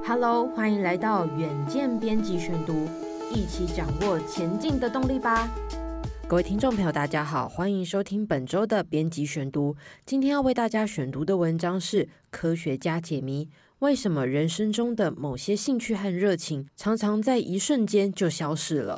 Hello， 欢迎来到远见编辑选读，一起掌握前进的动力吧。各位听众朋友大家好，欢迎收听本周的编辑选读。今天要为大家选读的文章是科学家解谜，为什么人生中的某些兴趣和热情常常在一瞬间就消失了。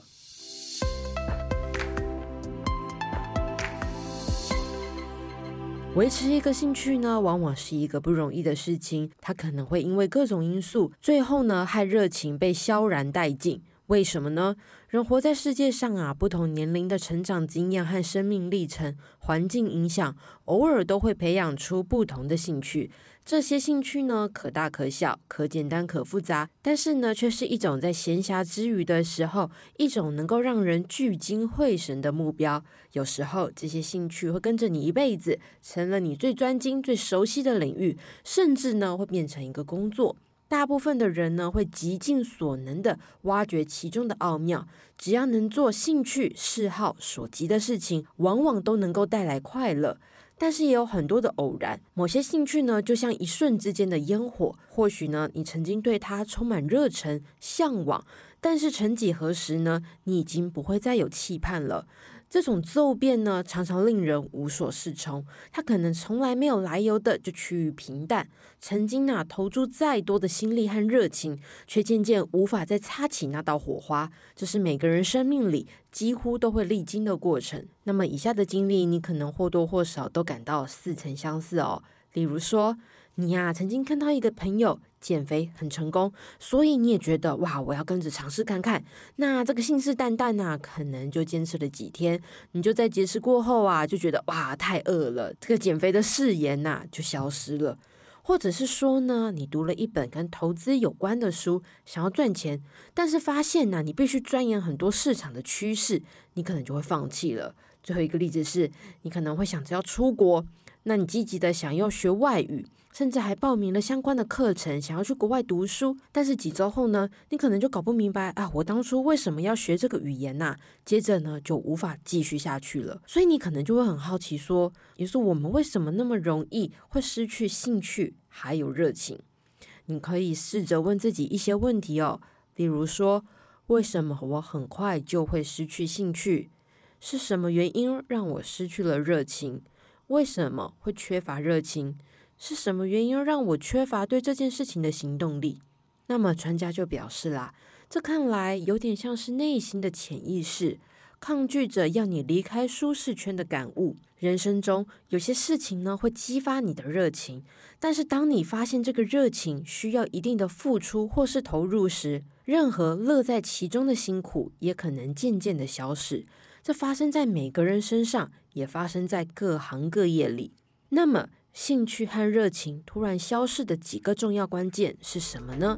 维持一个兴趣呢，往往是一个不容易的事情，它可能会因为各种因素，最后呢，和热情被消然殆尽。为什么呢？人活在世界上啊，不同年龄的成长经验和生命历程、环境影响，偶尔都会培养出不同的兴趣。这些兴趣呢，可大可小，可简单可复杂，但是呢，却是一种在闲暇之余的时候，一种能够让人聚精会神的目标。有时候，这些兴趣会跟着你一辈子，成了你最专精、最熟悉的领域，甚至呢，会变成一个工作。大部分的人呢，会极尽所能的挖掘其中的奥妙，只要能做兴趣嗜好所及的事情，往往都能够带来快乐。但是也有很多的偶然，某些兴趣呢，就像一瞬之间的烟火，或许呢，你曾经对它充满热忱、向往，但是曾几何时呢，你已经不会再有期盼了。这种骤变呢，常常令人无所适从，它可能从来没有来由的就趋于平淡，曾经投注再多的心力和热情，却渐渐无法再擦起那道火花，这是每个人生命里几乎都会历经的过程。那么以下的经历，你可能或多或少都感到似曾相似哦。例如说，你曾经看到一个朋友减肥很成功，所以你也觉得哇，我要跟着尝试看看。那这个信誓旦旦可能就坚持了几天，你就在节食过后就觉得哇，太饿了，这个减肥的誓言就消失了。或者是说呢，你读了一本跟投资有关的书，想要赚钱，但是发现你必须钻研很多市场的趋势，你可能就会放弃了。最后一个例子是，你可能会想着要出国，那你积极的想要学外语，甚至还报名了相关的课程，想要去国外读书，但是几周后呢，你可能就搞不明白我当初为什么要学这个语言接着呢就无法继续下去了。所以你可能就会很好奇说，也就是我们为什么那么容易会失去兴趣还有热情？你可以试着问自己一些问题哦，例如说，为什么我很快就会失去兴趣？是什么原因让我失去了热情？为什么会缺乏热情？是什么原因让我缺乏对这件事情的行动力？那么专家就表示啦，这看来有点像是内心的潜意识，抗拒着要你离开舒适圈的感悟。人生中有些事情呢，会激发你的热情，但是当你发现这个热情需要一定的付出或是投入时，任何乐在其中的辛苦也可能渐渐的消逝。这发生在每个人身上，也发生在各行各业里。那么兴趣和热情突然消逝的几个重要关键是什么呢？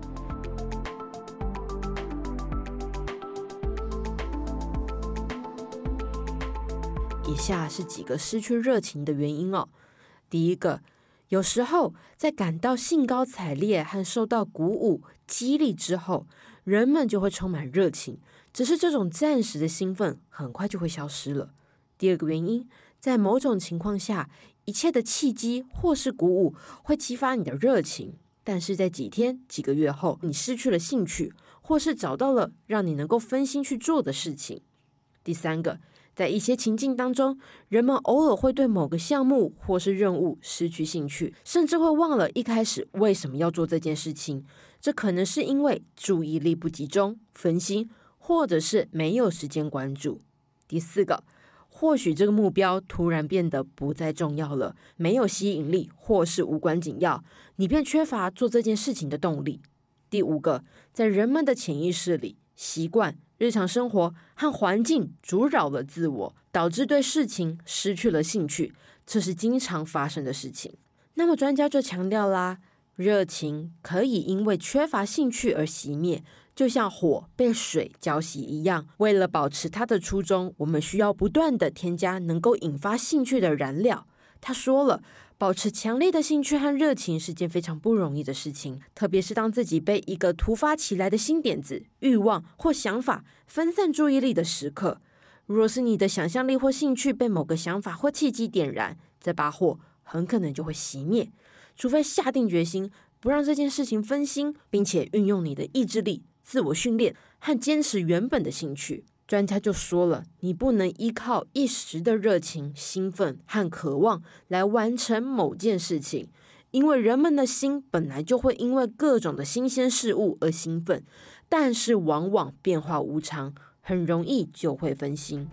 以下是几个失去热情的原因哦。第一个，有时候在感到兴高采烈和受到鼓舞、激励之后，人们就会充满热情，只是这种暂时的兴奋很快就会消失了。第二个原因，在某种情况下，一切的契机或是鼓舞会激发你的热情，但是在几天、几个月后，你失去了兴趣，或是找到了让你能够分心去做的事情。第三个，在一些情境当中，人们偶尔会对某个项目或是任务失去兴趣，甚至会忘了一开始为什么要做这件事情。这可能是因为注意力不集中、分心，或者是没有时间关注。第四个，或许这个目标突然变得不再重要了，没有吸引力，或是无关紧要，你便缺乏做这件事情的动力。第五个，在人们的潜意识里，习惯、日常生活和环境阻扰了自我，导致对事情失去了兴趣，这是经常发生的事情。那么专家就强调啦，热情可以因为缺乏兴趣而熄灭，就像火被水浇熄一样。为了保持它的初衷，我们需要不断的添加能够引发兴趣的燃料。他说了，保持强烈的兴趣和热情是件非常不容易的事情，特别是当自己被一个突发起来的新点子、欲望或想法分散注意力的时刻。若是你的想象力或兴趣被某个想法或契机点燃，这把火很可能就会熄灭。除非下定决心不让这件事情分心，并且运用你的意志力、自我训练和坚持原本的兴趣。专家就说了，你不能依靠一时的热情、兴奋和渴望来完成某件事情，因为人们的心本来就会因为各种的新鲜事物而兴奋，但是往往变化无常，很容易就会分心。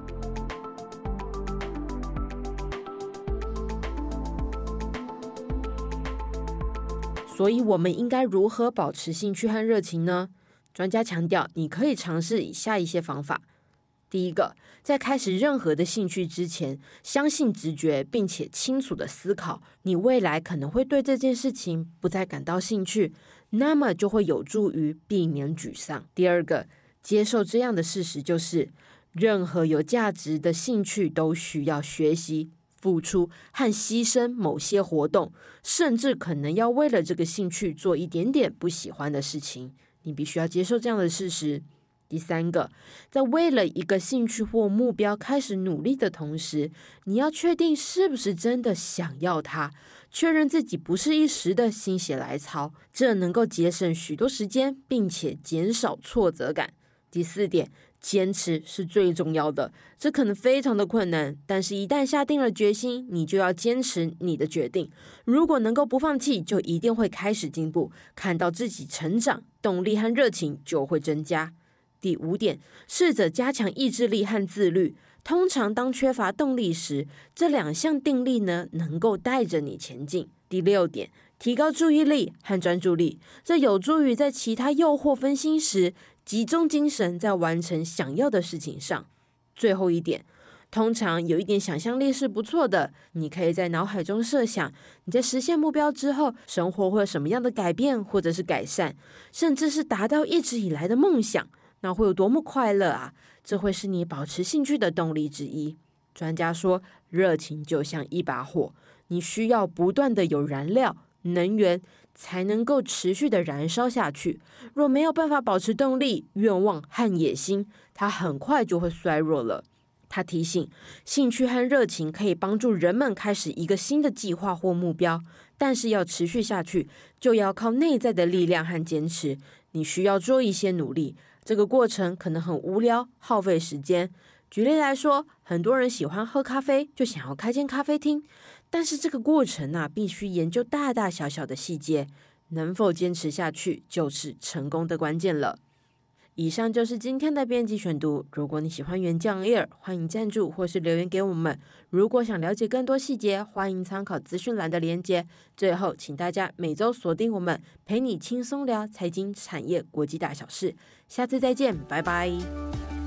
所以我们应该如何保持兴趣和热情呢？专家强调，你可以尝试以下一些方法。第一个，在开始任何的兴趣之前，相信直觉，并且清楚的思考，你未来可能会对这件事情不再感到兴趣，那么就会有助于避免沮丧。第二个，接受这样的事实，就是任何有价值的兴趣都需要学习、付出和牺牲某些活动，甚至可能要为了这个兴趣做一点点不喜欢的事情。你必须要接受这样的事实。第三个，在为了一个兴趣或目标开始努力的同时，你要确定是不是真的想要它，确认自己不是一时的心血来潮，这能够节省许多时间，并且减少挫折感。第四点，坚持是最重要的，这可能非常的困难，但是一旦下定了决心，你就要坚持你的决定。如果能够不放弃，就一定会开始进步，看到自己成长，动力和热情就会增加。第五点，试着加强意志力和自律。通常当缺乏动力时，这两项定力呢，能够带着你前进。第六点，提高注意力和专注力，这有助于在其他诱惑分心时，集中精神在完成想要的事情上。最后一点，通常有一点想象力是不错的，你可以在脑海中设想，你在实现目标之后，生活会有什么样的改变或者是改善，甚至是达到一直以来的梦想，那会有多么快乐啊！这会是你保持兴趣的动力之一。专家说，热情就像一把火，你需要不断的有燃料、能源，才能够持续的燃烧下去。若没有办法保持动力、愿望和野心，它很快就会衰弱了。他提醒，兴趣和热情可以帮助人们开始一个新的计划或目标，但是要持续下去，就要靠内在的力量和坚持。你需要做一些努力，这个过程可能很无聊，耗费时间。举例来说，很多人喜欢喝咖啡，就想要开间咖啡厅，但是这个过程必须研究大大小小的细节，能否坚持下去，就是成功的关键了。以上就是今天的编辑选读。如果你喜欢原酱 Air， 欢迎赞助或是留言给我们。如果想了解更多细节，欢迎参考资讯栏的连结。最后，请大家每周锁定我们，陪你轻松聊财经、产业、国际大小事。下次再见，拜拜。